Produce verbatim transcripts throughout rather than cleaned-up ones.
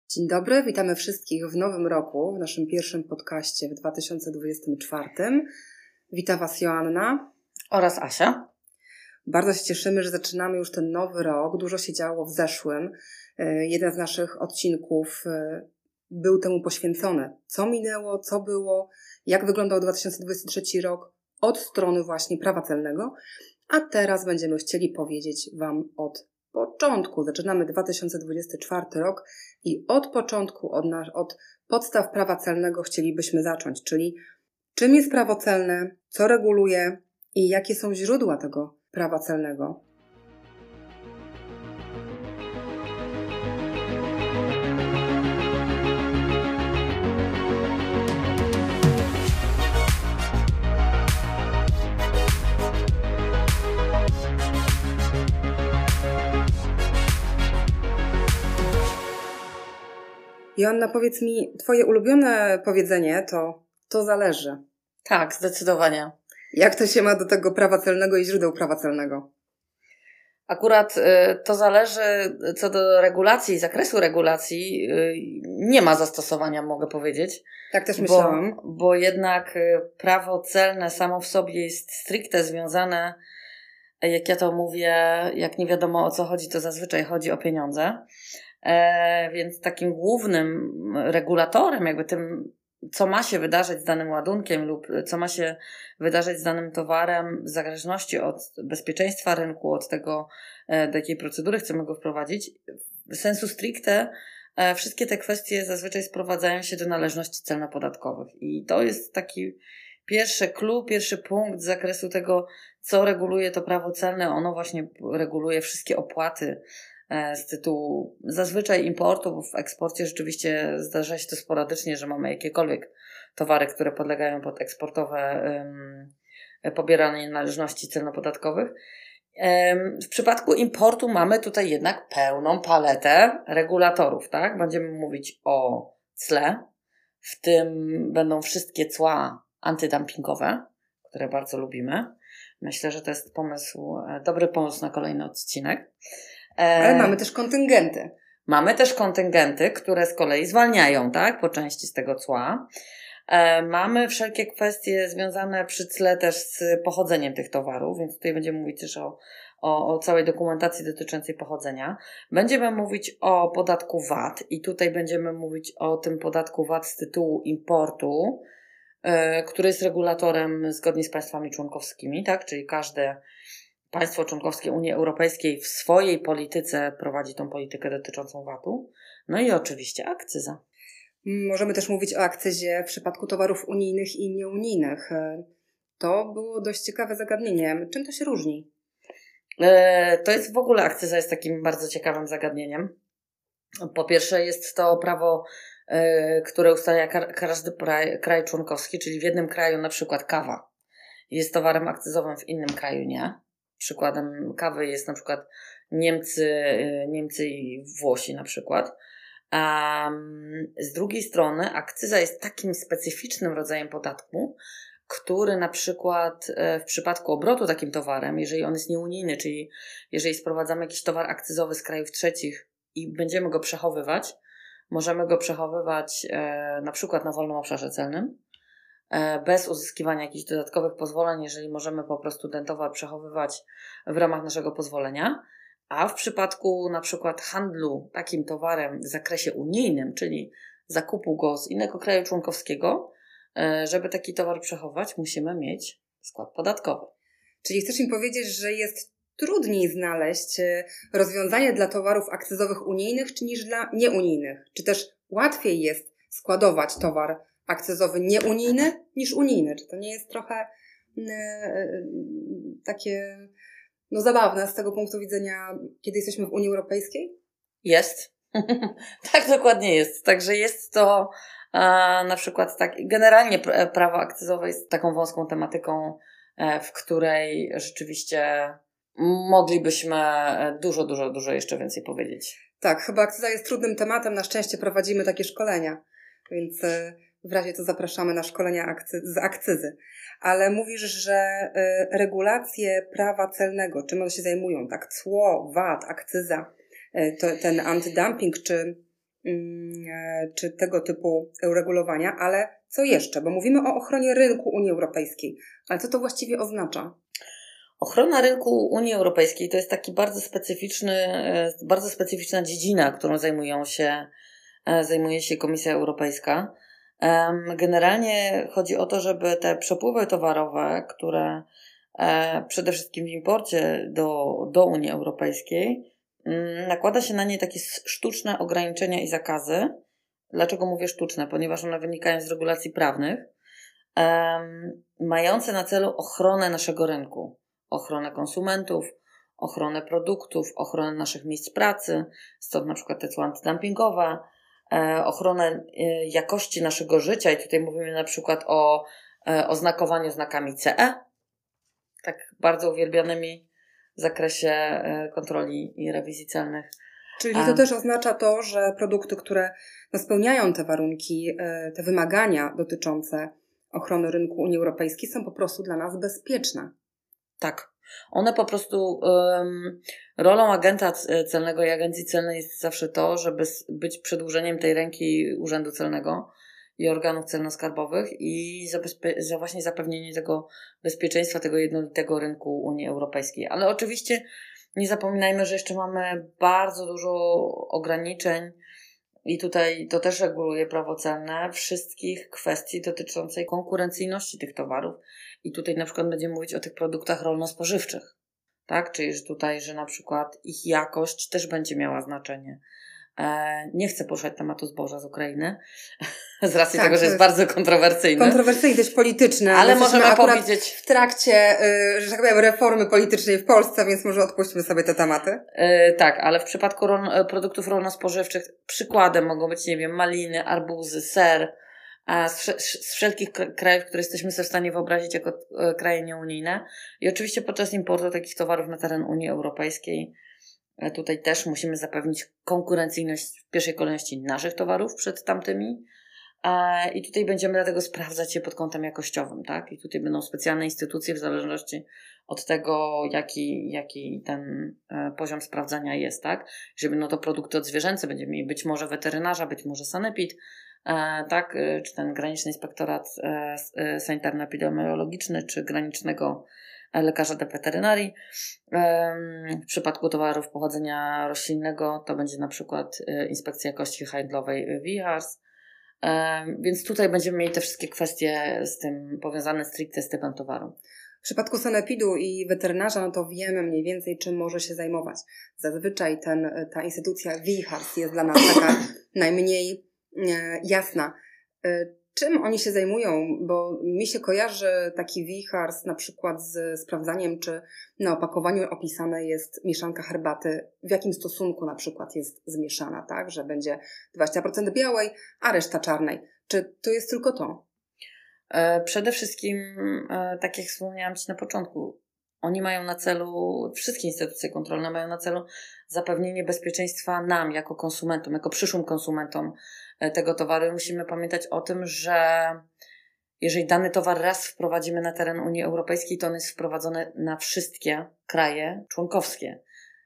Dzień dobry, witamy wszystkich w nowym roku, w naszym pierwszym podcaście w dwa tysiące dwudziestym czwartym. Witam Was Joanna oraz Asia. Bardzo się cieszymy, że zaczynamy już ten nowy rok. Dużo się działo w zeszłym. Jeden z naszych odcinków był temu poświęcony. Co minęło, co było, jak wyglądał dwa tysiące dwudziesty trzeci rok od strony właśnie prawa celnego. A teraz będziemy chcieli powiedzieć Wam od początku. Zaczynamy dwa tysiące dwudziesty czwarty rok i od początku, od, nas, od podstaw prawa celnego chcielibyśmy zacząć, czyli czym jest prawo celne, co reguluje i jakie są źródła tego prawa celnego. Joanna, powiedz mi, Twoje ulubione powiedzenie to to zależy. Tak, zdecydowanie. Jak to się ma do tego prawa celnego i źródeł prawa celnego? Akurat y, to zależy co do regulacji, zakresu regulacji y, nie ma zastosowania, mogę powiedzieć. Tak też myślałam. Bo, bo jednak y, prawo celne samo w sobie jest stricte związane, jak ja to mówię, jak nie wiadomo o co chodzi, to zazwyczaj chodzi o pieniądze. E, więc takim głównym regulatorem, jakby tym, co ma się wydarzyć z danym ładunkiem lub co ma się wydarzyć z danym towarem, w zależności od bezpieczeństwa rynku, od tego, e, do jakiej procedury chcemy go wprowadzić, w sensu stricte e, wszystkie te kwestie zazwyczaj sprowadzają się do należności celno-podatkowych. I to jest taki pierwszy clue, pierwszy punkt z zakresu tego, co reguluje to prawo celne. Ono właśnie reguluje wszystkie opłaty z tytułu zazwyczaj importu, bo w eksporcie rzeczywiście zdarza się to sporadycznie, że mamy jakiekolwiek towary, które podlegają pod eksportowe um, pobieranie należności celno-podatkowych. Um, w przypadku importu mamy tutaj jednak pełną paletę regulatorów, tak? Będziemy mówić o cle, w tym będą wszystkie cła antydumpingowe, które bardzo lubimy. Myślę, że to jest pomysł, dobry pomysł na kolejny odcinek. Ale mamy też kontyngenty. Mamy też kontyngenty, które z kolei zwalniają, tak, po części z tego cła. E, mamy wszelkie kwestie związane przy cle też z pochodzeniem tych towarów, więc tutaj będziemy mówić też o, o, o całej dokumentacji dotyczącej pochodzenia. Będziemy mówić o podatku V A T i tutaj będziemy mówić o tym podatku V A T z tytułu importu, e, który jest regulatorem zgodnie z państwami członkowskimi, tak, czyli każde państwo członkowskie Unii Europejskiej w swojej polityce prowadzi tą politykę dotyczącą V A T-u. No i oczywiście akcyza. Możemy też mówić o akcyzie w przypadku towarów unijnych i nieunijnych. To było dość ciekawe zagadnienie. Czym to się różni? To jest w ogóle, akcyza jest takim bardzo ciekawym zagadnieniem. Po pierwsze jest to prawo, które ustala każdy kraj członkowski, czyli w jednym kraju na przykład kawa jest towarem akcyzowym, w innym kraju nie. Przykładem kawy jest na przykład Niemcy, Niemcy i Włosi na przykład. Um, z drugiej strony akcyza jest takim specyficznym rodzajem podatku, który na przykład w przypadku obrotu takim towarem, jeżeli on jest nieunijny, czyli jeżeli sprowadzamy jakiś towar akcyzowy z krajów trzecich i będziemy go przechowywać, możemy go przechowywać e, na przykład na wolnym obszarze celnym, bez uzyskiwania jakichś dodatkowych pozwoleń, jeżeli możemy po prostu ten towar przechowywać w ramach naszego pozwolenia, a w przypadku na przykład handlu takim towarem w zakresie unijnym, czyli zakupu go z innego kraju członkowskiego, żeby taki towar przechować, musimy mieć skład podatkowy. Czyli chcesz mi powiedzieć, że jest trudniej znaleźć rozwiązanie dla towarów akcyzowych unijnych, czy niż dla nieunijnych? Czy też łatwiej jest składować towar akcyzowy nieunijny niż unijny? Czy to nie jest trochę yy, takie no, zabawne z tego punktu widzenia, kiedy jesteśmy w Unii Europejskiej? Jest. Tak dokładnie jest. Także jest to e, na przykład tak, generalnie prawo akcyzowe jest taką wąską tematyką, e, w której rzeczywiście moglibyśmy dużo, dużo, dużo jeszcze więcej powiedzieć. Tak, chyba akcyza jest trudnym tematem. Na szczęście prowadzimy takie szkolenia, więc w razie to zapraszamy na szkolenia akcy- z akcyzy. Ale mówisz, że y, regulacje prawa celnego, czym one się zajmują? Tak, cło, V A T, akcyza, y, to, ten antydumping, czy czy tego typu uregulowania, ale co jeszcze? Bo mówimy o ochronie rynku Unii Europejskiej, ale co to właściwie oznacza? Ochrona rynku Unii Europejskiej to jest taki bardzo specyficzny, bardzo specyficzna dziedzina, którą zajmują się, zajmuje się Komisja Europejska. Generalnie chodzi o to, żeby te przepływy towarowe, które przede wszystkim w imporcie do, do Unii Europejskiej, nakłada się na nie takie sztuczne ograniczenia i zakazy. Dlaczego mówię sztuczne? Ponieważ one wynikają z regulacji prawnych, mające na celu ochronę naszego rynku, ochronę konsumentów, ochronę produktów, ochronę naszych miejsc pracy, stąd na przykład te cła antydumpingowe, ochronę jakości naszego życia i tutaj mówimy na przykład o oznakowaniu znakami C E, tak bardzo uwielbianymi w zakresie kontroli i rewizji celnych. Czyli to też oznacza to, że produkty, które no, spełniają te warunki, te wymagania dotyczące ochrony rynku Unii Europejskiej są po prostu dla nas bezpieczne. Tak. One po prostu, um, rolą agenta celnego i agencji celnej jest zawsze to, żeby być przedłużeniem tej ręki Urzędu Celnego i organów celno-skarbowych i zabezpie- za właśnie zapewnienie tego bezpieczeństwa, tego jednolitego rynku Unii Europejskiej. Ale oczywiście nie zapominajmy, że jeszcze mamy bardzo dużo ograniczeń i tutaj to też reguluje prawo celne wszystkich kwestii dotyczących konkurencyjności tych towarów. I tutaj na przykład będziemy mówić o tych produktach rolno-spożywczych, tak? Czyli że tutaj, że na przykład ich jakość też będzie miała znaczenie. Nie chcę poruszać tematu zboża z Ukrainy, z racji tak, tego, że jest, jest bardzo kontrowersyjny. Kontrowersyjny, dość polityczny. Ale możemy powiedzieć... w trakcie, że tak powiem, reformy politycznej w Polsce, więc może odpuśćmy sobie te tematy. Yy, tak, ale w przypadku ro- produktów rolno-spożywczych przykładem mogą być, nie wiem, maliny, arbuzy, ser, a z, z wszelkich krajów, które jesteśmy sobie w stanie wyobrazić jako kraje nieunijne. I oczywiście podczas importu takich towarów na teren Unii Europejskiej tutaj też musimy zapewnić konkurencyjność w pierwszej kolejności naszych towarów przed tamtymi i tutaj będziemy dlatego sprawdzać je pod kątem jakościowym, tak? I tutaj będą specjalne instytucje w zależności od tego, jaki, jaki ten poziom sprawdzania jest, tak? Jeżeli będą to produkty odzwierzęce, będziemy mieli być może weterynarza, być może sanepid, tak? Czy ten graniczny inspektorat sanitarno-epidemiologiczny, czy granicznego lekarza do weterynarii. W przypadku towarów pochodzenia roślinnego to będzie na przykład Inspekcja Jakości Handlowej W I H A R S. Więc tutaj będziemy mieli te wszystkie kwestie z tym powiązane stricte z typem towaru. W przypadku sanepidu i weterynarza, no to wiemy mniej więcej, czym może się zajmować. Zazwyczaj ten, ta instytucja W I H A R S jest dla nas taka najmniej jasna. Czym oni się zajmują? Bo mi się kojarzy taki W I H A R S na przykład z sprawdzaniem, czy na opakowaniu opisane jest mieszanka herbaty, w jakim stosunku na przykład jest zmieszana, tak? Że będzie dwadzieścia procent białej, a reszta czarnej. Czy to jest tylko to? Przede wszystkim, tak jak wspomniałam Ci na początku, oni mają na celu, wszystkie instytucje kontrolne mają na celu zapewnienie bezpieczeństwa nam jako konsumentom, jako przyszłym konsumentom tego towaru. Musimy pamiętać o tym, że jeżeli dany towar raz wprowadzimy na teren Unii Europejskiej, to on jest wprowadzony na wszystkie kraje członkowskie.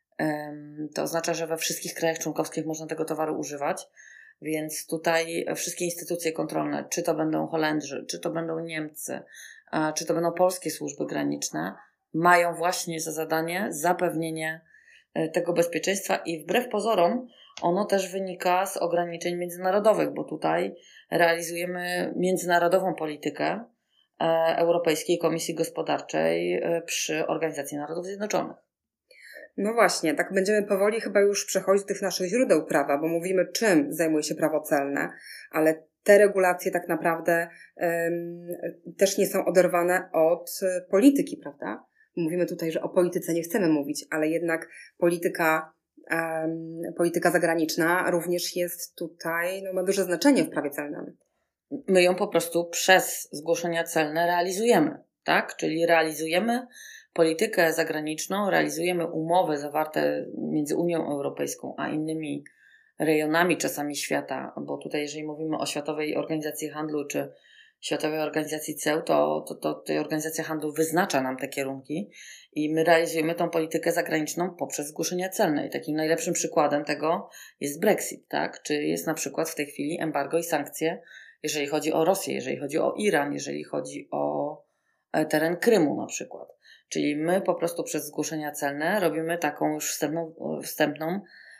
To oznacza, że we wszystkich krajach członkowskich można tego towaru używać, więc tutaj wszystkie instytucje kontrolne, czy to będą Holendrzy, czy to będą Niemcy, czy to będą polskie służby graniczne, mają właśnie za zadanie zapewnienie tego bezpieczeństwa i wbrew pozorom ono też wynika z ograniczeń międzynarodowych, bo tutaj realizujemy międzynarodową politykę Europejskiej Komisji Gospodarczej przy Organizacji Narodów Zjednoczonych. No właśnie, tak będziemy powoli chyba już przechodzić do tych naszych źródeł prawa, bo mówimy, czym zajmuje się prawo celne, ale te regulacje tak naprawdę um, też nie są oderwane od polityki, prawda? Mówimy tutaj, że o polityce nie chcemy mówić, ale jednak polityka, um, polityka zagraniczna również jest tutaj, no, ma duże znaczenie w prawie celnym. My ją po prostu przez zgłoszenia celne realizujemy, tak? Czyli realizujemy politykę zagraniczną, realizujemy umowy zawarte między Unią Europejską a innymi rejonami czasami świata, bo tutaj jeżeli mówimy o Światowej Organizacji Handlu czy Światowej Organizacji Ceł, to, to, to, to Organizacja Handlu wyznacza nam te kierunki i my realizujemy tą politykę zagraniczną poprzez zgłoszenia celne. I takim najlepszym przykładem tego jest Brexit, tak? Czy jest na przykład w tej chwili embargo i sankcje, jeżeli chodzi o Rosję, jeżeli chodzi o Iran, jeżeli chodzi o teren Krymu na przykład. Czyli my po prostu przez zgłoszenia celne robimy taką już wstępną, wstępną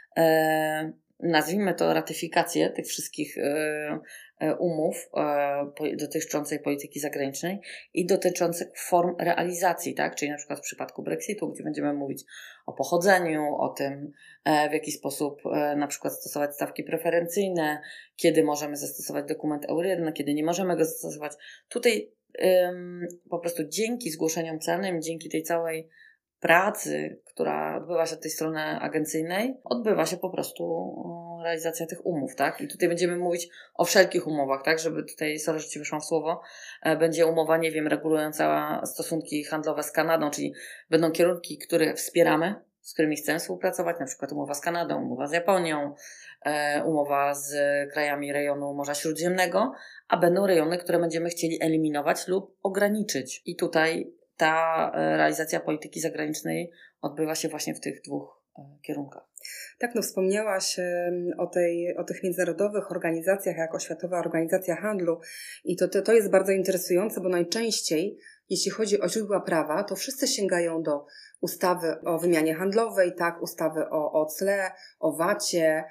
e, nazwijmy to ratyfikację tych wszystkich e, e, umów e, dotyczących polityki zagranicznej i dotyczących form realizacji, tak? Czyli na przykład w przypadku Brexitu, gdzie będziemy mówić o pochodzeniu, o tym, e, w jaki sposób e, na przykład stosować stawki preferencyjne, kiedy możemy zastosować dokument Euro jeden, kiedy nie możemy go zastosować. Tutaj ym, po prostu dzięki zgłoszeniom celnym, dzięki tej całej pracy, która odbywa się od tej strony agencyjnej, odbywa się po prostu realizacja tych umów, tak? I tutaj będziemy mówić o wszelkich umowach, tak? Żeby tutaj, sorry, że Ci wyszłam w słowo, będzie umowa, nie wiem, regulująca stosunki handlowe z Kanadą, czyli będą kierunki, które wspieramy, z którymi chcemy współpracować, na przykład umowa z Kanadą, umowa z Japonią, e, umowa z krajami rejonu Morza Śródziemnego, a będą rejony, które będziemy chcieli eliminować lub ograniczyć. I tutaj ta realizacja polityki zagranicznej odbywa się właśnie w tych dwóch kierunkach. Tak, no wspomniałaś o, tej, o tych międzynarodowych organizacjach, jako Światowa Organizacja Handlu i to, to, to jest bardzo interesujące, bo najczęściej, jeśli chodzi o źródła prawa, to wszyscy sięgają do ustawy o wymianie handlowej, tak, ustawy o, o cle, o vacie.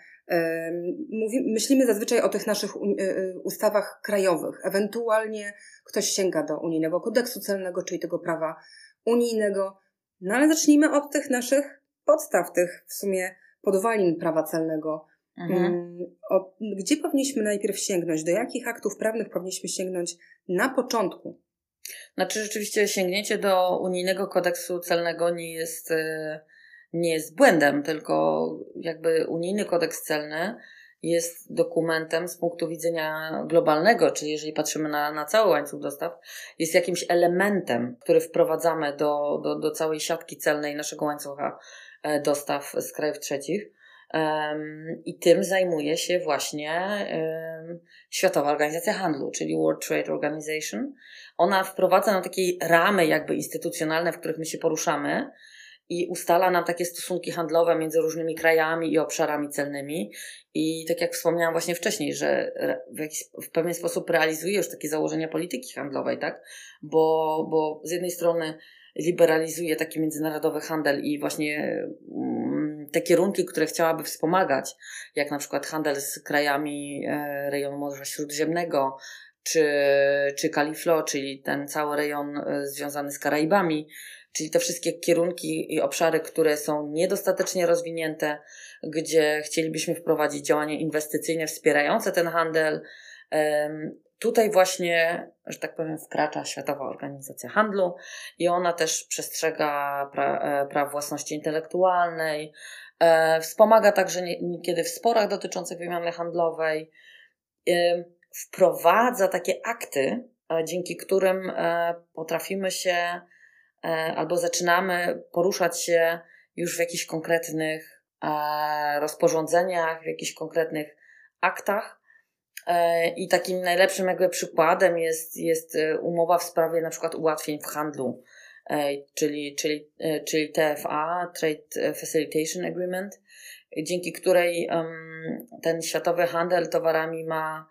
Mówi, myślimy zazwyczaj o tych naszych ustawach krajowych. Ewentualnie ktoś sięga do unijnego kodeksu celnego, czyli tego prawa unijnego. No ale zacznijmy od tych naszych podstaw, tych w sumie podwalin prawa celnego. Mhm. Od, gdzie powinniśmy najpierw sięgnąć? Do jakich aktów prawnych powinniśmy sięgnąć na początku? Znaczy rzeczywiście sięgnięcie do unijnego kodeksu celnego nie jest, nie jest błędem, tylko jakby unijny kodeks celny jest dokumentem z punktu widzenia globalnego, czyli jeżeli patrzymy na, na cały łańcuch dostaw, jest jakimś elementem, który wprowadzamy do, do, do całej siatki celnej naszego łańcucha dostaw z krajów trzecich. Um, I tym zajmuje się właśnie um, Światowa Organizacja Handlu, czyli World Trade Organization. Ona wprowadza nam takie ramy jakby instytucjonalne, w których my się poruszamy i ustala nam takie stosunki handlowe między różnymi krajami i obszarami celnymi. I tak jak wspomniałam właśnie wcześniej, że w, jakiś, w pewien sposób realizuje już takie założenia polityki handlowej, tak? Bo, bo z jednej strony liberalizuje taki międzynarodowy handel i właśnie um, te kierunki, które chciałaby wspomagać, jak na przykład handel z krajami e, rejonu Morza Śródziemnego, czy, czy Califlo, czyli ten cały rejon e, związany z Karaibami, czyli te wszystkie kierunki i obszary, które są niedostatecznie rozwinięte, gdzie chcielibyśmy wprowadzić działania inwestycyjne wspierające ten handel. Tutaj właśnie, że tak powiem, wkracza Światowa Organizacja Handlu i ona też przestrzega pra, praw własności intelektualnej, wspomaga także niekiedy w sporach dotyczących wymiany handlowej, wprowadza takie akty, dzięki którym potrafimy się albo zaczynamy poruszać się już w jakichś konkretnych rozporządzeniach, w jakichś konkretnych aktach. I takim najlepszym jakby przykładem jest, jest umowa w sprawie na przykład ułatwień w handlu, czyli, czyli, czyli T F A, Trade Facilitation Agreement, dzięki której ten światowy handel towarami ma,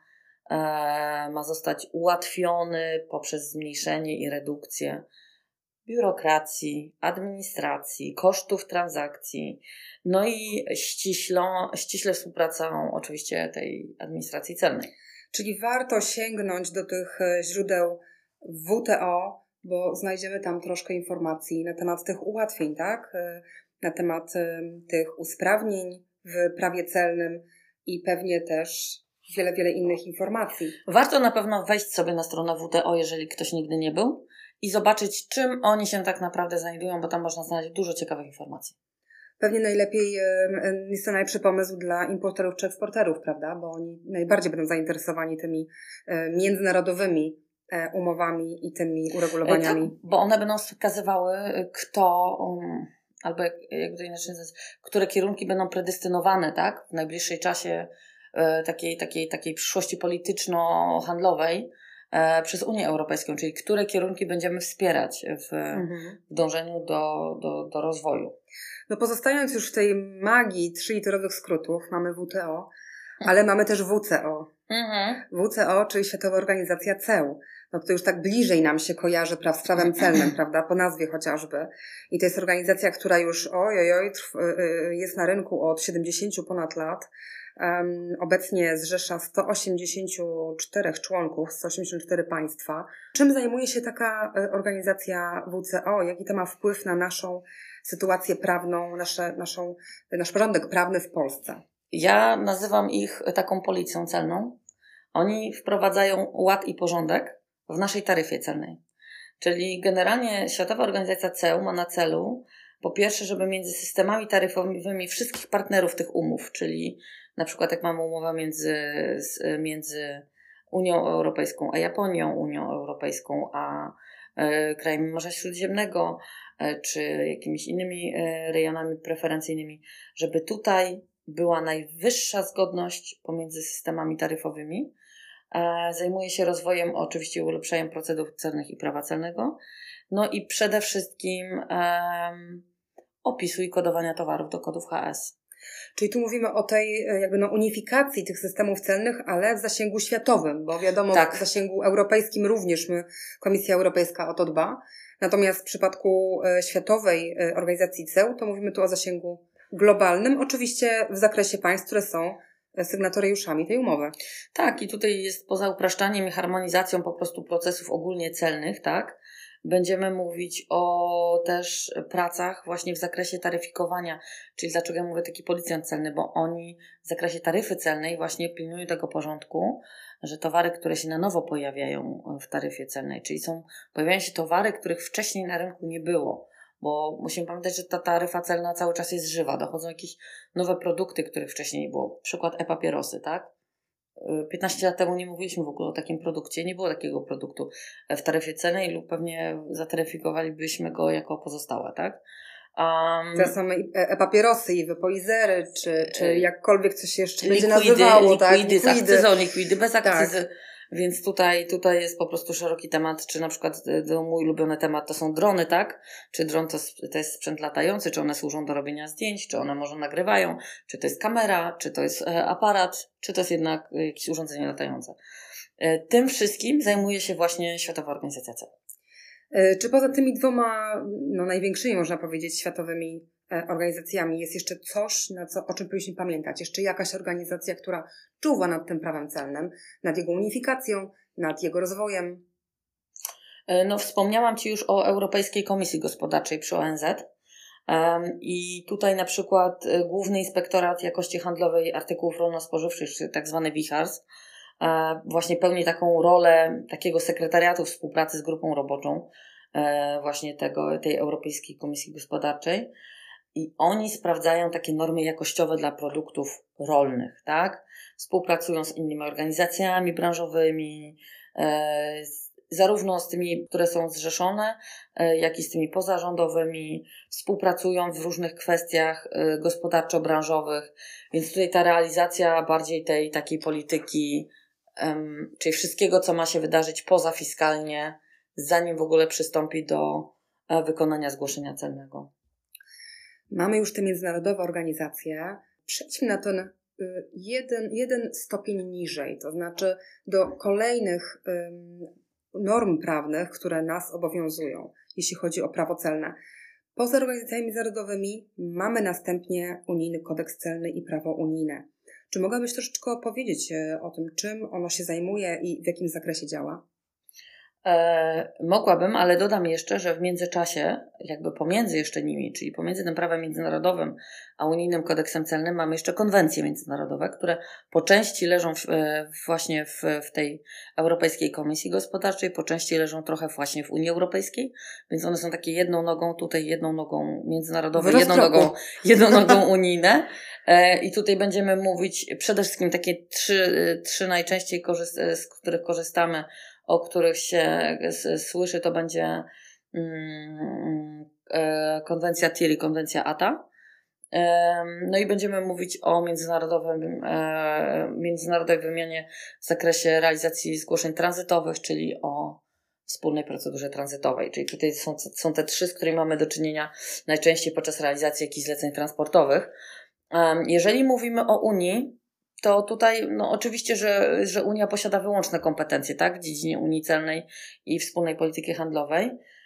ma zostać ułatwiony poprzez zmniejszenie i redukcję biurokracji, administracji, kosztów transakcji, no i ściślą, ściśle współpracą oczywiście tej administracji celnej. Czyli warto sięgnąć do tych źródeł W T O, bo znajdziemy tam troszkę informacji na temat tych ułatwień, tak? Na temat tych usprawnień w prawie celnym i pewnie też wiele, wiele innych informacji. Warto na pewno wejść sobie na stronę W T O, jeżeli ktoś nigdy nie był, i zobaczyć, czym oni się tak naprawdę znajdują, bo tam można znaleźć dużo ciekawych informacji. Pewnie najlepiej jest to najlepszy pomysł dla importerów czy eksporterów, prawda? Bo oni najbardziej będą zainteresowani tymi międzynarodowymi umowami i tymi uregulowaniami. Tak, bo one będą wskazywały, kto, um, albo jak to inaczej nazwać, które kierunki będą predestynowane, tak? W najbliższej czasie takiej, takiej, takiej przyszłości polityczno-handlowej, e, przez Unię Europejską, czyli które kierunki będziemy wspierać w, Mhm. w dążeniu do, do, do rozwoju. No pozostając już w tej magii trzyliterowych skrótów, mamy W T O, ale mamy też W C O. Mhm. W C O, czyli Światowa Organizacja Ceł. No to już tak bliżej nam się kojarzy pra- z prawem celnym, prawda, po nazwie chociażby. I to jest organizacja, która już oj, oj, trw, jest na rynku od siedemdziesięciu ponad lat. Um, obecnie zrzesza sto osiemdziesiąt cztery członków, sto osiemdziesiąt cztery państwa. Czym zajmuje się taka organizacja W C O? Jaki to ma wpływ na naszą sytuację prawną, nasze, naszą, nasz porządek prawny w Polsce? Ja nazywam ich taką policją celną. Oni wprowadzają ład i porządek w naszej taryfie celnej. Czyli generalnie Światowa Organizacja Ceł ma na celu, po pierwsze, żeby między systemami taryfowymi wszystkich partnerów tych umów, czyli na przykład jak mamy umowę między, między Unią Europejską a Japonią, Unią Europejską a e, krajami Morza Śródziemnego, e, czy jakimiś innymi e, rejonami preferencyjnymi, żeby tutaj była najwyższa zgodność pomiędzy systemami taryfowymi. E, zajmuje się rozwojem, oczywiście ulepszeniem procedur celnych i prawa celnego, no i przede wszystkim e, opisu i kodowania towarów do kodów H S. Czyli tu mówimy o tej jakby no unifikacji tych systemów celnych, ale w zasięgu światowym, bo wiadomo, tak. w zasięgu europejskim również my, Komisja Europejska o to dba. Natomiast w przypadku Światowej Organizacji Ceł to mówimy tu o zasięgu globalnym, oczywiście w zakresie państw, które są sygnatariuszami tej umowy. Tak, i tutaj jest poza upraszczaniem i harmonizacją po prostu procesów ogólnie celnych, tak, będziemy mówić o też pracach właśnie w zakresie taryfikowania, czyli dlaczego ja mówię taki policjant celny, bo oni w zakresie taryfy celnej właśnie pilnują tego porządku, że towary, które się na nowo pojawiają w taryfie celnej, czyli są, pojawiają się towary, których wcześniej na rynku nie było, bo musimy pamiętać, że ta taryfa celna cały czas jest żywa, dochodzą jakieś nowe produkty, których wcześniej nie było, przykład e-papierosy, tak? piętnaście lat temu nie mówiliśmy w ogóle o takim produkcie, nie było takiego produktu w taryfie celnej lub pewnie zataryfikowalibyśmy go jako pozostałe, tak? Um, Te same e-papierosy i wypolizery, czy, czy jakkolwiek coś jeszcze likwidy, będzie nazywało, likwidy, tak? Likwidy, z akcyzą, likwidy bez akcyzy. Tak. Więc tutaj, tutaj jest po prostu szeroki temat, czy na przykład to mój ulubiony temat to są drony, tak? Czy dron to, to jest sprzęt latający, czy one służą do robienia zdjęć, czy one może nagrywają, czy to jest kamera, czy to jest aparat, czy to jest jednak jakieś urządzenie latające. Tym wszystkim zajmuje się właśnie Światowa Organizacja Ceł. Czy poza tymi dwoma no, największymi, można powiedzieć, światowymi organizacjami jest jeszcze coś, na co, o czym powinniśmy pamiętać? Jeszcze jakaś organizacja, która czuwa nad tym prawem celnym, nad jego unifikacją, nad jego rozwojem? No, wspomniałam Ci już o Europejskiej Komisji Gospodarczej przy O N Z. Um, I tutaj na przykład Główny Inspektorat Jakości Handlowej Artykułów Rolno-Spożywczych, czyli tak zwany WIHARS, e, właśnie pełni taką rolę takiego sekretariatu współpracy z grupą roboczą e, właśnie tego, tej Europejskiej Komisji Gospodarczej. I oni sprawdzają takie normy jakościowe dla produktów rolnych, tak? Współpracują z innymi organizacjami branżowymi, e, z, zarówno z tymi, które są zrzeszone, e, jak i z tymi pozarządowymi. Współpracują w różnych kwestiach e, gospodarczo-branżowych, więc tutaj ta realizacja bardziej tej takiej polityki, e, czyli wszystkiego, co ma się wydarzyć pozafiskalnie, zanim w ogóle przystąpi do e, wykonania zgłoszenia celnego. Mamy już te międzynarodowe organizacje. Przejdźmy na ten jeden, jeden stopień niżej, to znaczy do kolejnych um, norm prawnych, które nas obowiązują, jeśli chodzi o prawo celne. Poza organizacjami międzynarodowymi mamy następnie unijny kodeks celny i prawo unijne. Czy mogłabyś troszeczkę opowiedzieć o tym, czym ono się zajmuje i w jakim zakresie działa? E, mogłabym, ale dodam jeszcze, że w międzyczasie, jakby pomiędzy jeszcze nimi, czyli pomiędzy tym prawem międzynarodowym a unijnym kodeksem celnym mamy jeszcze konwencje międzynarodowe, które po części leżą w, właśnie w, w tej Europejskiej Komisji Gospodarczej, po części leżą trochę właśnie w Unii Europejskiej, więc one są takie jedną nogą tutaj, jedną nogą międzynarodowe, jedną nogą, jedną nogą unijne. E, I tutaj będziemy mówić przede wszystkim takie trzy, trzy najczęściej korzyst- z których korzystamy, o których się słyszy, to będzie mm, e, konwencja T I R i konwencja A T A. No i będziemy mówić o międzynarodowym, międzynarodowej wymianie w zakresie realizacji zgłoszeń tranzytowych, czyli o wspólnej procedurze tranzytowej. Czyli tutaj są, są te trzy, z którymi mamy do czynienia najczęściej podczas realizacji jakichś zleceń transportowych. Jeżeli mówimy o Unii, to tutaj no oczywiście, że, że Unia posiada wyłączne kompetencje, tak, w dziedzinie Unii Celnej i wspólnej polityki handlowej.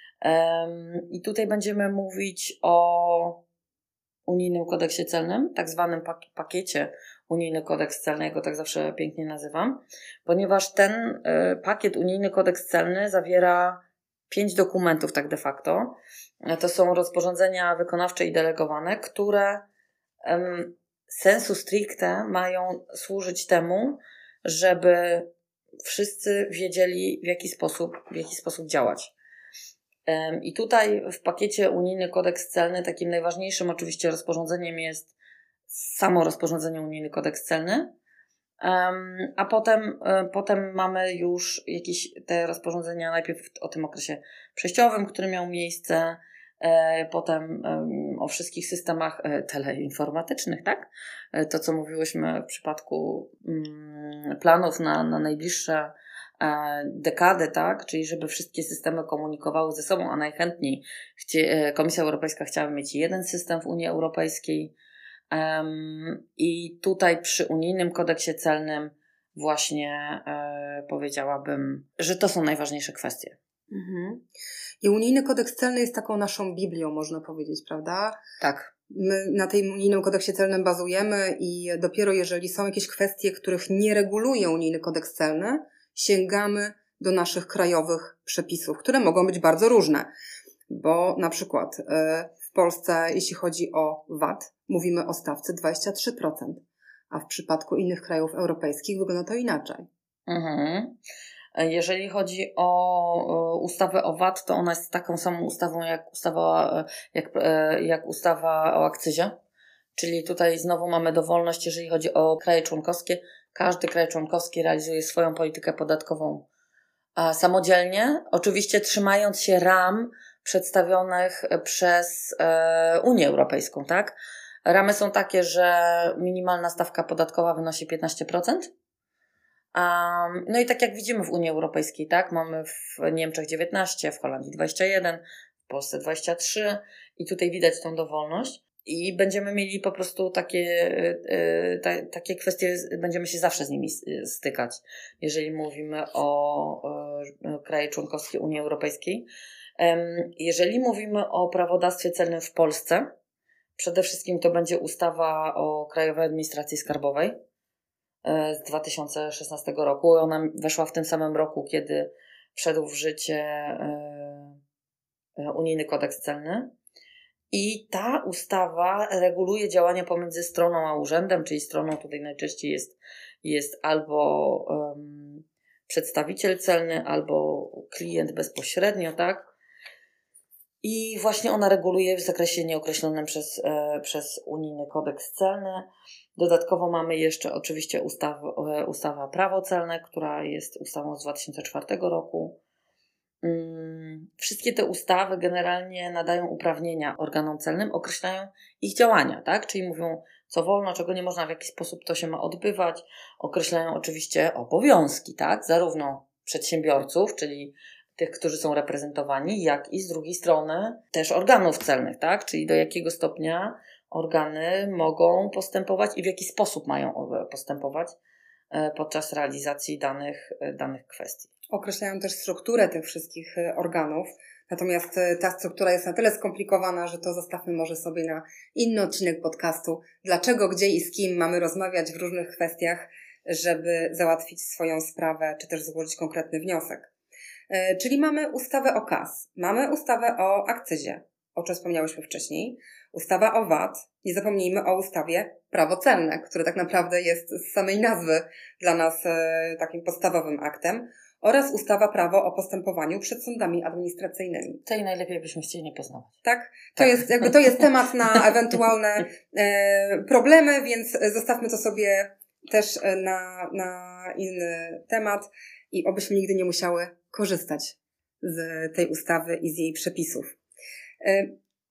I tutaj będziemy mówić o Unijnym Kodeksie Celnym, tak zwanym pak- pakiecie Unijny Kodeks Celny, ja go tak zawsze pięknie nazywam, ponieważ ten y, pakiet Unijny Kodeks Celny zawiera pięć dokumentów tak de facto. To są rozporządzenia wykonawcze i delegowane, które ym, sensu stricte mają służyć temu, żeby wszyscy wiedzieli, w jaki sposób, w jaki sposób działać. I tutaj w pakiecie Unijny Kodeks Celny takim najważniejszym oczywiście rozporządzeniem jest samo rozporządzenie Unijny Kodeks Celny, a potem, potem mamy już jakieś te rozporządzenia najpierw o tym okresie przejściowym, który miał miejsce, potem o wszystkich systemach teleinformatycznych, tak? To, co mówiłyśmy w przypadku planów na, na najbliższe dekady, tak? Czyli żeby wszystkie systemy komunikowały ze sobą, a najchętniej chcie, Komisja Europejska chciała mieć jeden system w Unii Europejskiej. Um, I tutaj przy Unijnym Kodeksie Celnym właśnie e, powiedziałabym, że to są najważniejsze kwestie. Mhm. I Unijny Kodeks Celny jest taką naszą Biblią, można powiedzieć, prawda? Tak. My na tej Unijnym Kodeksie Celnym bazujemy i dopiero jeżeli są jakieś kwestie, których nie reguluje Unijny Kodeks Celny, sięgamy do naszych krajowych przepisów, które mogą być bardzo różne. Bo na przykład w Polsce, jeśli chodzi o V A T, mówimy o stawce dwadzieścia trzy procent, a w przypadku innych krajów europejskich wygląda to inaczej. Mhm. Jeżeli chodzi o ustawę o V A T, to ona jest taką samą ustawą jak ustawa, jak, jak ustawa o akcyzie. Czyli tutaj znowu mamy dowolność, jeżeli chodzi o kraje członkowskie. Każdy kraj członkowski realizuje swoją politykę podatkową samodzielnie, oczywiście trzymając się ram przedstawionych przez e, Unię Europejską, tak? Ramy są takie, że minimalna stawka podatkowa wynosi piętnaście procent. Um, no i tak jak widzimy w Unii Europejskiej, tak? Mamy w Niemczech dziewiętnaście procent, w Holandii dwadzieścia jeden procent, w Polsce dwadzieścia trzy procent i tutaj widać tą dowolność. I będziemy mieli po prostu takie, ta, takie kwestie, będziemy się zawsze z nimi stykać, jeżeli mówimy o, o kraje członkowskie Unii Europejskiej. Jeżeli mówimy o prawodawstwie celnym w Polsce, przede wszystkim to będzie ustawa o Krajowej Administracji Skarbowej z dwa tysiące szesnastego roku. Ona weszła w tym samym roku, kiedy wszedł w życie Unijny Kodeks Celny. I ta ustawa reguluje działania pomiędzy stroną a urzędem, czyli stroną tutaj najczęściej jest, jest albo um, przedstawiciel celny, albo klient bezpośrednio, tak? I właśnie ona reguluje w zakresie nieokreślonym przez, e, przez Unijny Kodeks Celny. Dodatkowo mamy jeszcze oczywiście ustawę, e, ustawa Prawo Celne, która jest ustawą z dwa tysiące czwartego roku. Wszystkie te ustawy generalnie nadają uprawnienia organom celnym, określają ich działania, tak? Czyli mówią, co wolno, czego nie można, w jaki sposób to się ma odbywać. Określają oczywiście obowiązki, tak? Zarówno przedsiębiorców, czyli tych, którzy są reprezentowani, jak i z drugiej strony też organów celnych, tak? Czyli do jakiego stopnia organy mogą postępować i w jaki sposób mają postępować podczas realizacji danych, danych kwestii. Określają też strukturę tych wszystkich organów, natomiast ta struktura jest na tyle skomplikowana, że to zostawmy może sobie na inny odcinek podcastu. Dlaczego, gdzie i z kim mamy rozmawiać w różnych kwestiach, żeby załatwić swoją sprawę, czy też złożyć konkretny wniosek. Czyli mamy ustawę o K A S, mamy ustawę o akcyzie, o czym wspomniałyśmy wcześniej, ustawa o V A T, nie zapomnijmy o ustawie Prawo Celne, które tak naprawdę jest z samej nazwy dla nas takim podstawowym aktem, oraz ustawa Prawo o postępowaniu przed sądami administracyjnymi. Tej najlepiej byśmy chcieli nie poznawać. Tak? To tak. jest jakby to jest temat na ewentualne e, problemy, więc zostawmy to sobie też na, na inny temat i obyśmy nigdy nie musiały korzystać z tej ustawy i z jej przepisów. E,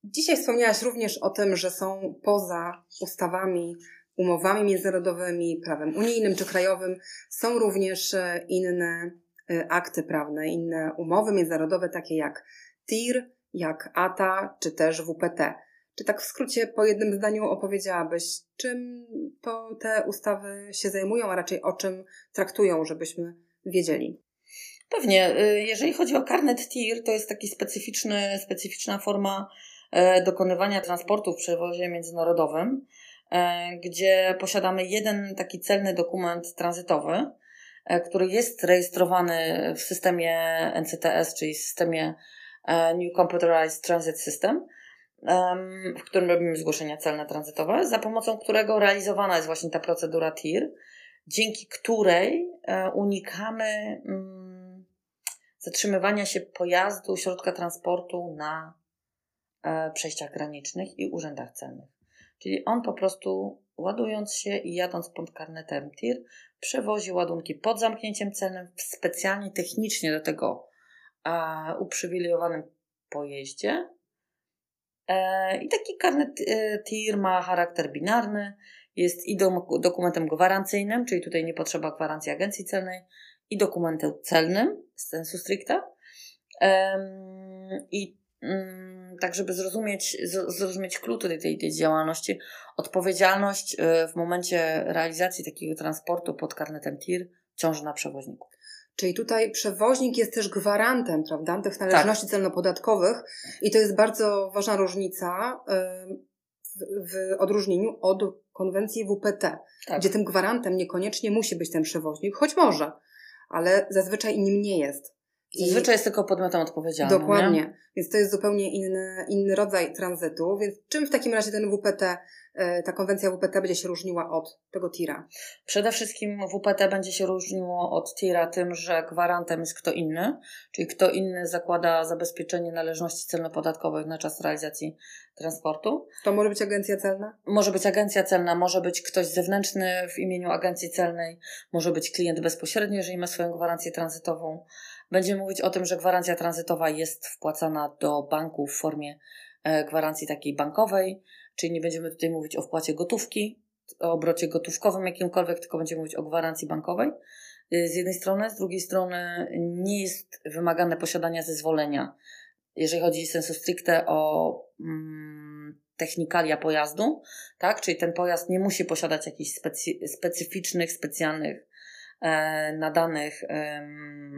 Dzisiaj wspomniałaś również o tym, że są poza ustawami, umowami międzynarodowymi, prawem unijnym czy krajowym, są również inne akty prawne, inne umowy międzynarodowe, takie jak T I R, jak A T A, czy też W P T. Czy tak w skrócie po jednym zdaniu opowiedziałabyś, czym to te ustawy się zajmują, a raczej o czym traktują, żebyśmy wiedzieli? Pewnie. Jeżeli chodzi o karnet T I R, to jest taki specyficzny, specyficzna forma dokonywania transportu w przewozie międzynarodowym, gdzie posiadamy jeden taki celny dokument tranzytowy, który jest rejestrowany w systemie N C T S, czyli w systemie New Computerized Transit System, w którym robimy zgłoszenia celne tranzytowe, za pomocą którego realizowana jest właśnie ta procedura T I R, dzięki której unikamy zatrzymywania się pojazdu, środka transportu na przejściach granicznych i urzędach celnych. Czyli on po prostu, ładując się i jadąc pod karnetem T I R, przewozi ładunki pod zamknięciem celnym w specjalnie technicznie do tego a, uprzywilejowanym pojeździe. E, I taki karnet e, T I R ma charakter binarny, jest i do, dokumentem gwarancyjnym, czyli tutaj nie potrzeba gwarancji agencji celnej, i dokumentem celnym z sensu stricte. E, I mm, tak, żeby zrozumieć, zrozumieć klucz tej, tej, tej działalności, odpowiedzialność w momencie realizacji takiego transportu pod karnetem T I R ciąży na przewoźniku. Czyli tutaj przewoźnik jest też gwarantem, prawda, tych należności tak. celno-podatkowych i to jest bardzo ważna różnica w, w odróżnieniu od konwencji W P T, tak. gdzie tym gwarantem niekoniecznie musi być ten przewoźnik, choć może, ale zazwyczaj nim nie jest. Zazwyczaj jest tylko podmiotem odpowiedzialnym. Dokładnie. Nie? Więc to jest zupełnie inny, inny rodzaj tranzytu. Więc czym w takim razie ten W P T, ta konwencja W P T będzie się różniła od tego T I R-a? Przede wszystkim W P T będzie się różniło od T I R-a tym, że gwarantem jest kto inny, czyli kto inny zakłada zabezpieczenie należności celno-podatkowych na czas realizacji transportu. To może być agencja celna? Może być agencja celna, może być ktoś zewnętrzny w imieniu agencji celnej, może być klient bezpośredni, jeżeli ma swoją gwarancję tranzytową. Będziemy mówić o tym, że gwarancja tranzytowa jest wpłacana do banku w formie gwarancji takiej bankowej, czyli nie będziemy tutaj mówić o wpłacie gotówki, o obrocie gotówkowym jakimkolwiek, tylko będziemy mówić o gwarancji bankowej. Z jednej strony, z drugiej strony nie jest wymagane posiadanie zezwolenia, jeżeli chodzi sensu stricte o mm, technikalia pojazdu, tak? Czyli ten pojazd nie musi posiadać jakichś specy- specyficznych, specjalnych, e, nadanych e,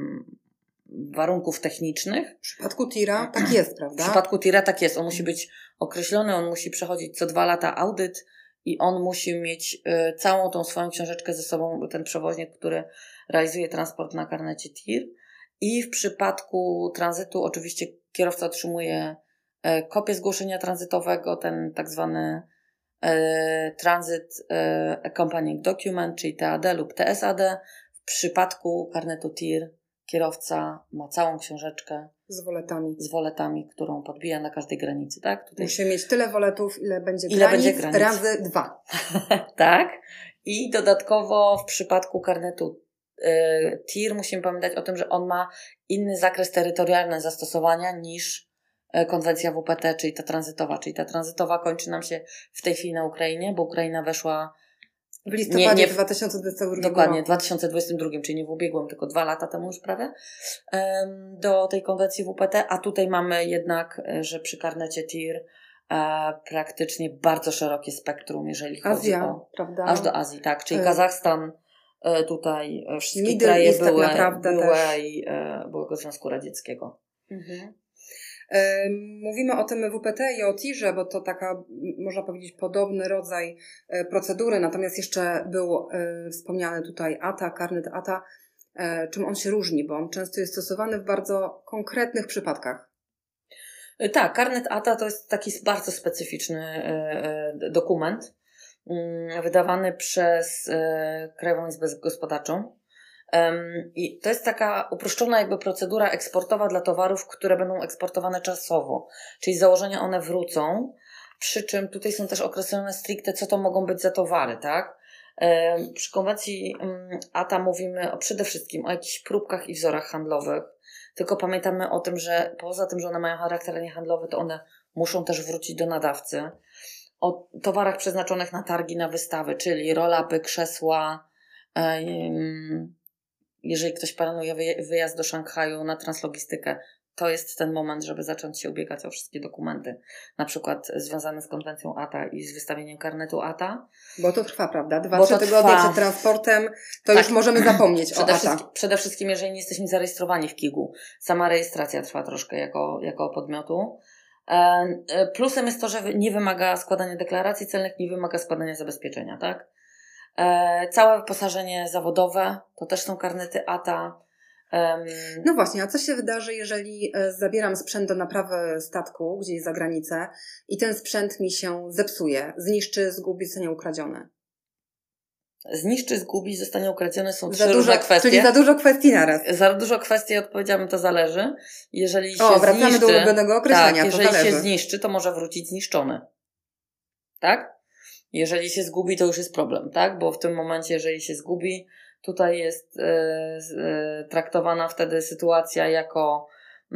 warunków technicznych. W przypadku T I R-a tak jest, prawda? W przypadku T I R-a tak jest. On musi być określony, on musi przechodzić co dwa lata audyt i on musi mieć y, całą tą swoją książeczkę ze sobą, ten przewoźnik, który realizuje transport na karnecie T I R. I w przypadku tranzytu oczywiście kierowca otrzymuje y, kopię zgłoszenia tranzytowego, ten tak zwany y, Transit y, Accompanying Document, czyli T A D lub T S A D. W przypadku karnetu T I R kierowca ma całą książeczkę z woletami, z woletami, którą podbija na każdej granicy, tak? Tutaj musi mieć tyle woletów, ile będzie ile granic, będzie granic. razy dwa. Tak. I dodatkowo w przypadku karnetu y, T I R musimy pamiętać o tym, że on ma inny zakres terytorialny zastosowania niż y, konwencja W P T, czyli ta tranzytowa. Czyli ta tranzytowa kończy nam się w tej chwili na Ukrainie, bo Ukraina weszła w listopadzie nie, nie w, dwa tysiące dwudziestym drugim Dokładnie, roku. w dwa tysiące dwudziestym drugim, czyli nie w ubiegłym, tylko dwa lata temu już prawie, do tej konwencji W P T, a tutaj mamy jednak, że przy karnecie T I R e, praktycznie bardzo szerokie spektrum, jeżeli chodzi Azja, o... prawda? Aż do Azji, tak, czyli Kazachstan, e, tutaj wszystkie Middle kraje East były, tak naprawdę były też. i e, byłego Związku Radzieckiego. Mhm. Mówimy o tym W P T i o T I R-ze, bo to taka, można powiedzieć, podobny rodzaj procedury, natomiast jeszcze był wspomniany tutaj A T A, karnet A T A. Czym on się różni, bo on często jest stosowany w bardzo konkretnych przypadkach. Tak, karnet A T A to jest taki bardzo specyficzny dokument wydawany przez Krajową Izbę Gospodarczą. Um, I to jest taka uproszczona jakby procedura eksportowa dla towarów, które będą eksportowane czasowo. Czyli z założenia one wrócą, przy czym tutaj są też określone stricte, co to mogą być za towary, tak? Um, przy konwencji um, A T A mówimy o, przede wszystkim o jakichś próbkach i wzorach handlowych, tylko pamiętamy o tym, że poza tym, że one mają charakter niehandlowy, to one muszą też wrócić do nadawcy. O towarach przeznaczonych na targi, na wystawy, czyli roll-upy, krzesła. Jeżeli ktoś planuje wyjazd do Szanghaju na translogistykę, to jest ten moment, żeby zacząć się ubiegać o wszystkie dokumenty. Na przykład związane z konwencją A T A i z wystawieniem karnetu A T A. Bo to trwa, prawda? Dwa, trzy tygodnie przed transportem, to tak. Już możemy zapomnieć przede o A T A. Wszystkim, przede wszystkim, jeżeli nie jesteśmy zarejestrowani w KIG-u. Sama rejestracja trwa troszkę jako, jako podmiotu. Plusem jest to, że nie wymaga składania deklaracji celnych, nie wymaga składania zabezpieczenia, tak? Całe wyposażenie zawodowe, to też są karnety A T A. No właśnie, a co się wydarzy, jeżeli zabieram sprzęt do naprawy statku gdzieś za granicę i ten sprzęt mi się zepsuje, zniszczy, zgubi, zostanie ukradziony? Zniszczy, zgubi, zostanie ukradzione są trzy za dużo, różne kwestie. Czyli za dużo kwestii naraz. Za dużo kwestii, odpowiedziałabym, to zależy. Jeżeli się o, wracamy zniszczy, do ulubionego określenia, tak, to jeżeli zależy. się zniszczy, to może wrócić zniszczony. Tak? Jeżeli się zgubi, to już jest problem, tak? Bo w tym momencie, jeżeli się zgubi, tutaj jest e, e, traktowana wtedy sytuacja jako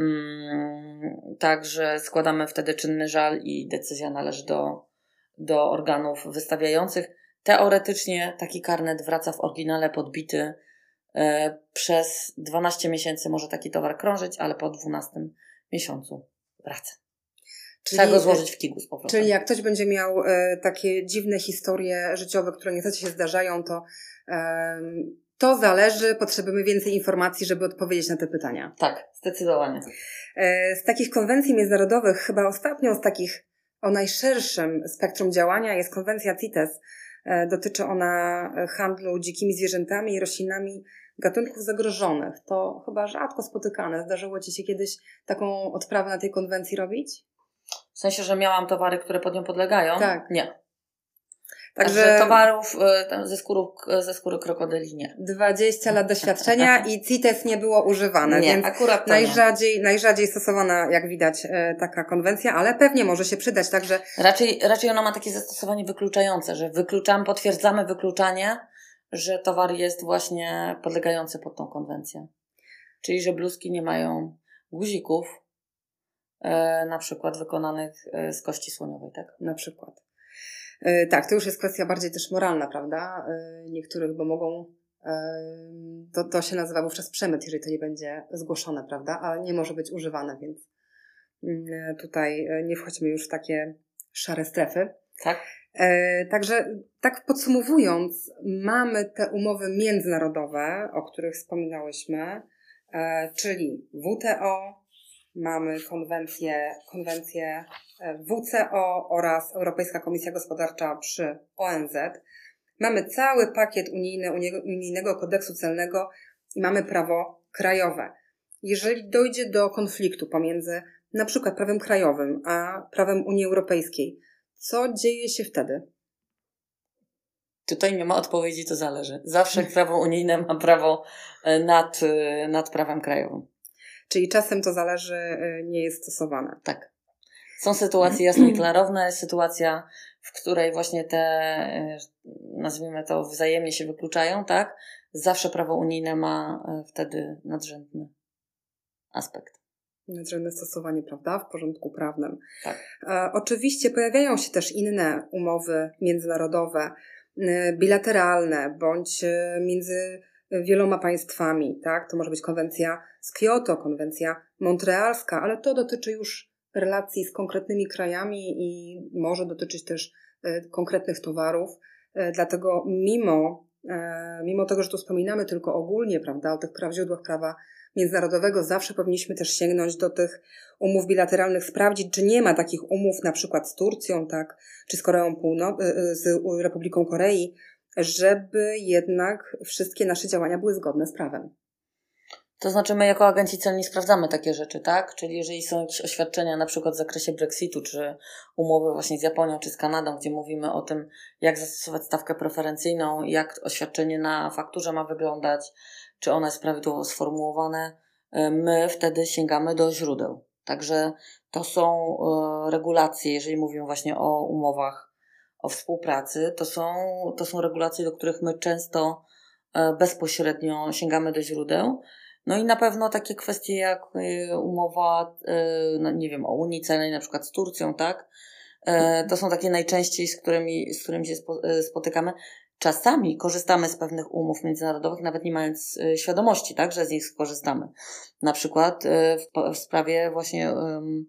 mm, tak, że składamy wtedy czynny żal i decyzja należy do, do organów wystawiających. Teoretycznie taki karnet wraca w oryginale podbity. E, przez dwanaście miesięcy może taki towar krążyć, ale po dwunastym miesiącu wraca. Czyli, trzeba go złożyć w KIG-u z powrotem. Czyli jak ktoś będzie miał e, takie dziwne historie życiowe, które niestety się zdarzają, to e, to zależy, potrzebujemy więcej informacji, żeby odpowiedzieć na te pytania. Tak, zdecydowanie. E, z takich konwencji międzynarodowych, chyba ostatnią z takich o najszerszym spektrum działania jest konwencja CITES. E, dotyczy ona handlu dzikimi zwierzętami i roślinami gatunków zagrożonych. To chyba rzadko spotykane. Zdarzyło Ci się kiedyś taką odprawę na tej konwencji robić? W sensie, że miałam towary, które pod nią podlegają? Tak. Nie. Także, Także towarów ze skóry, ze skóry krokodyli nie. dwadzieścia lat doświadczenia i CITES nie było używane, nie, więc akurat najrzadziej, nie. najrzadziej stosowana, jak widać, taka konwencja, ale pewnie może się przydać, także... Raczej, raczej ona ma takie zastosowanie wykluczające, że wykluczamy, potwierdzamy wykluczanie, że towar jest właśnie podlegający pod tą konwencję. Czyli, że bluzki nie mają guzików, e, na przykład wykonanych z kości słoniowej, tak? Na przykład. Tak, to już jest kwestia bardziej też moralna, prawda? Niektórych, bo mogą, to, to się nazywa wówczas przemyt, jeżeli to nie będzie zgłoszone, prawda? A nie może być używane, więc tutaj nie wchodźmy już w takie szare strefy. Tak. Także tak podsumowując, mamy te umowy międzynarodowe, o których wspominałyśmy, czyli W T O, mamy konwencję, konwencję W C O oraz Europejska Komisja Gospodarcza przy O N Z. Mamy cały pakiet unijny, unijnego kodeksu celnego i mamy prawo krajowe. Jeżeli dojdzie do konfliktu pomiędzy na przykład prawem krajowym a prawem Unii Europejskiej, co dzieje się wtedy? Tutaj nie ma odpowiedzi, to zależy. Zawsze prawo unijne ma prawo nad, nad prawem krajowym. Czyli czasem to zależy, nie jest stosowane. Tak. Są sytuacje jasne i klarowne, sytuacja, w której właśnie te, nazwijmy to, wzajemnie się wykluczają, tak? Zawsze prawo unijne ma wtedy nadrzędny aspekt. Nadrzędne stosowanie, prawda? W porządku prawnym. Tak. E, oczywiście pojawiają się też inne umowy międzynarodowe, e, bilateralne, bądź e, między wieloma państwami, tak? To może być konwencja z Kioto, konwencja montrealska, ale to dotyczy już relacji z konkretnymi krajami i może dotyczyć też e, konkretnych towarów. E, dlatego mimo, e, mimo tego, że tu wspominamy tylko ogólnie, prawda, o tych praw, źródłach prawa międzynarodowego, zawsze powinniśmy też sięgnąć do tych umów bilateralnych, sprawdzić, czy nie ma takich umów na przykład z Turcją, tak, czy z Koreą Północną, z Republiką Korei, żeby jednak wszystkie nasze działania były zgodne z prawem. To znaczy my jako agenci celni sprawdzamy takie rzeczy, tak? Czyli jeżeli są jakieś oświadczenia na przykład w zakresie Brexitu, czy umowy właśnie z Japonią, czy z Kanadą, gdzie mówimy o tym, jak zastosować stawkę preferencyjną, jak oświadczenie na fakturze ma wyglądać, czy ono jest prawidłowo sformułowane, my wtedy sięgamy do źródeł. Także to są regulacje, jeżeli mówimy właśnie o umowach o współpracy, to są, to są regulacje, do których my często bezpośrednio sięgamy do źródeł. No i na pewno takie kwestie jak umowa, no nie wiem, o Unii Celnej, na przykład z Turcją, tak? To są takie najczęściej, z którymi, z którymi się spotykamy. Czasami korzystamy z pewnych umów międzynarodowych, nawet nie mając świadomości, tak, że z nich skorzystamy. Na przykład w, w sprawie właśnie um,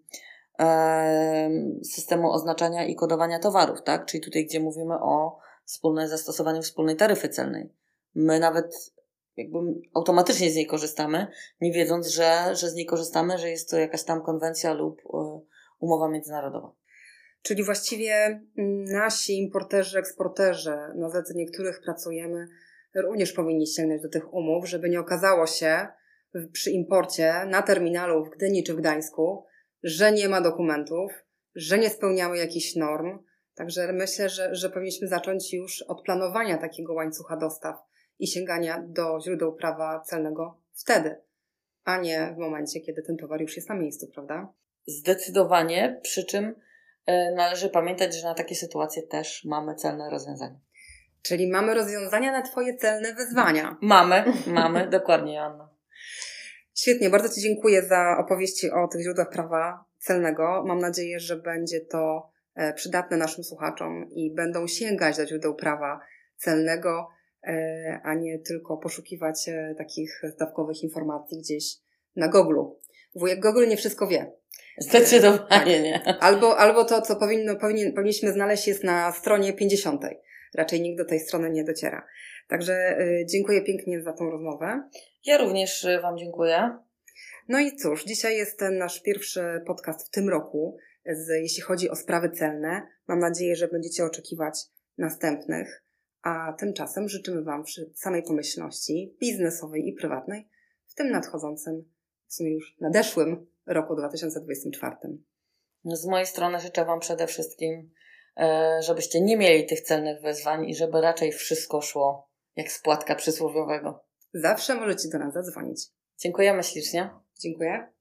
um, systemu oznaczania i kodowania towarów, tak? Czyli tutaj, gdzie mówimy o wspólnym zastosowaniu wspólnej taryfy celnej. My nawet jakby automatycznie z niej korzystamy, nie wiedząc, że, że z niej korzystamy, że jest to jakaś tam konwencja lub umowa międzynarodowa. Czyli właściwie nasi importerzy, eksporterzy, na zlecenie których pracujemy, również powinni sięgnąć do tych umów, żeby nie okazało się przy imporcie na terminalu w Gdyni czy w Gdańsku, że nie ma dokumentów, że nie spełniały jakichś norm. Także myślę, że, że powinniśmy zacząć już od planowania takiego łańcucha dostaw i sięgania do źródeł prawa celnego wtedy, a nie w momencie, kiedy ten towar już jest na miejscu, prawda? Zdecydowanie, przy czym należy pamiętać, że na takie sytuacje też mamy celne rozwiązania. Czyli mamy rozwiązania na Twoje celne wyzwania. Mamy, mamy, dokładnie, Joanna. Świetnie, bardzo Ci dziękuję za opowieści o tych źródłach prawa celnego. Mam nadzieję, że będzie to przydatne naszym słuchaczom i będą sięgać do źródeł prawa celnego, a nie tylko poszukiwać takich zdawkowych informacji gdzieś na Google'u. Wujek Google nie wszystko wie. Zdecydowanie nie. Albo, albo to, co powinno, powinien, powinniśmy znaleźć, jest na stronie pięćdziesiątej. Raczej nikt do tej strony nie dociera. Także y, dziękuję pięknie za tą rozmowę. Ja również Wam dziękuję. No i cóż, dzisiaj jest ten nasz pierwszy podcast w tym roku, z, jeśli chodzi o sprawy celne. Mam nadzieję, że będziecie oczekiwać następnych, a tymczasem życzymy Wam samej pomyślności biznesowej i prywatnej w tym nadchodzącym, w sumie już nadeszłym roku dwa tysiące dwudziestym czwartym. Z mojej strony życzę Wam przede wszystkim, żebyście nie mieli tych celnych wyzwań i żeby raczej wszystko szło jak z płatka przysłowiowego. Zawsze możecie do nas zadzwonić. Dziękujemy ślicznie. Dziękuję.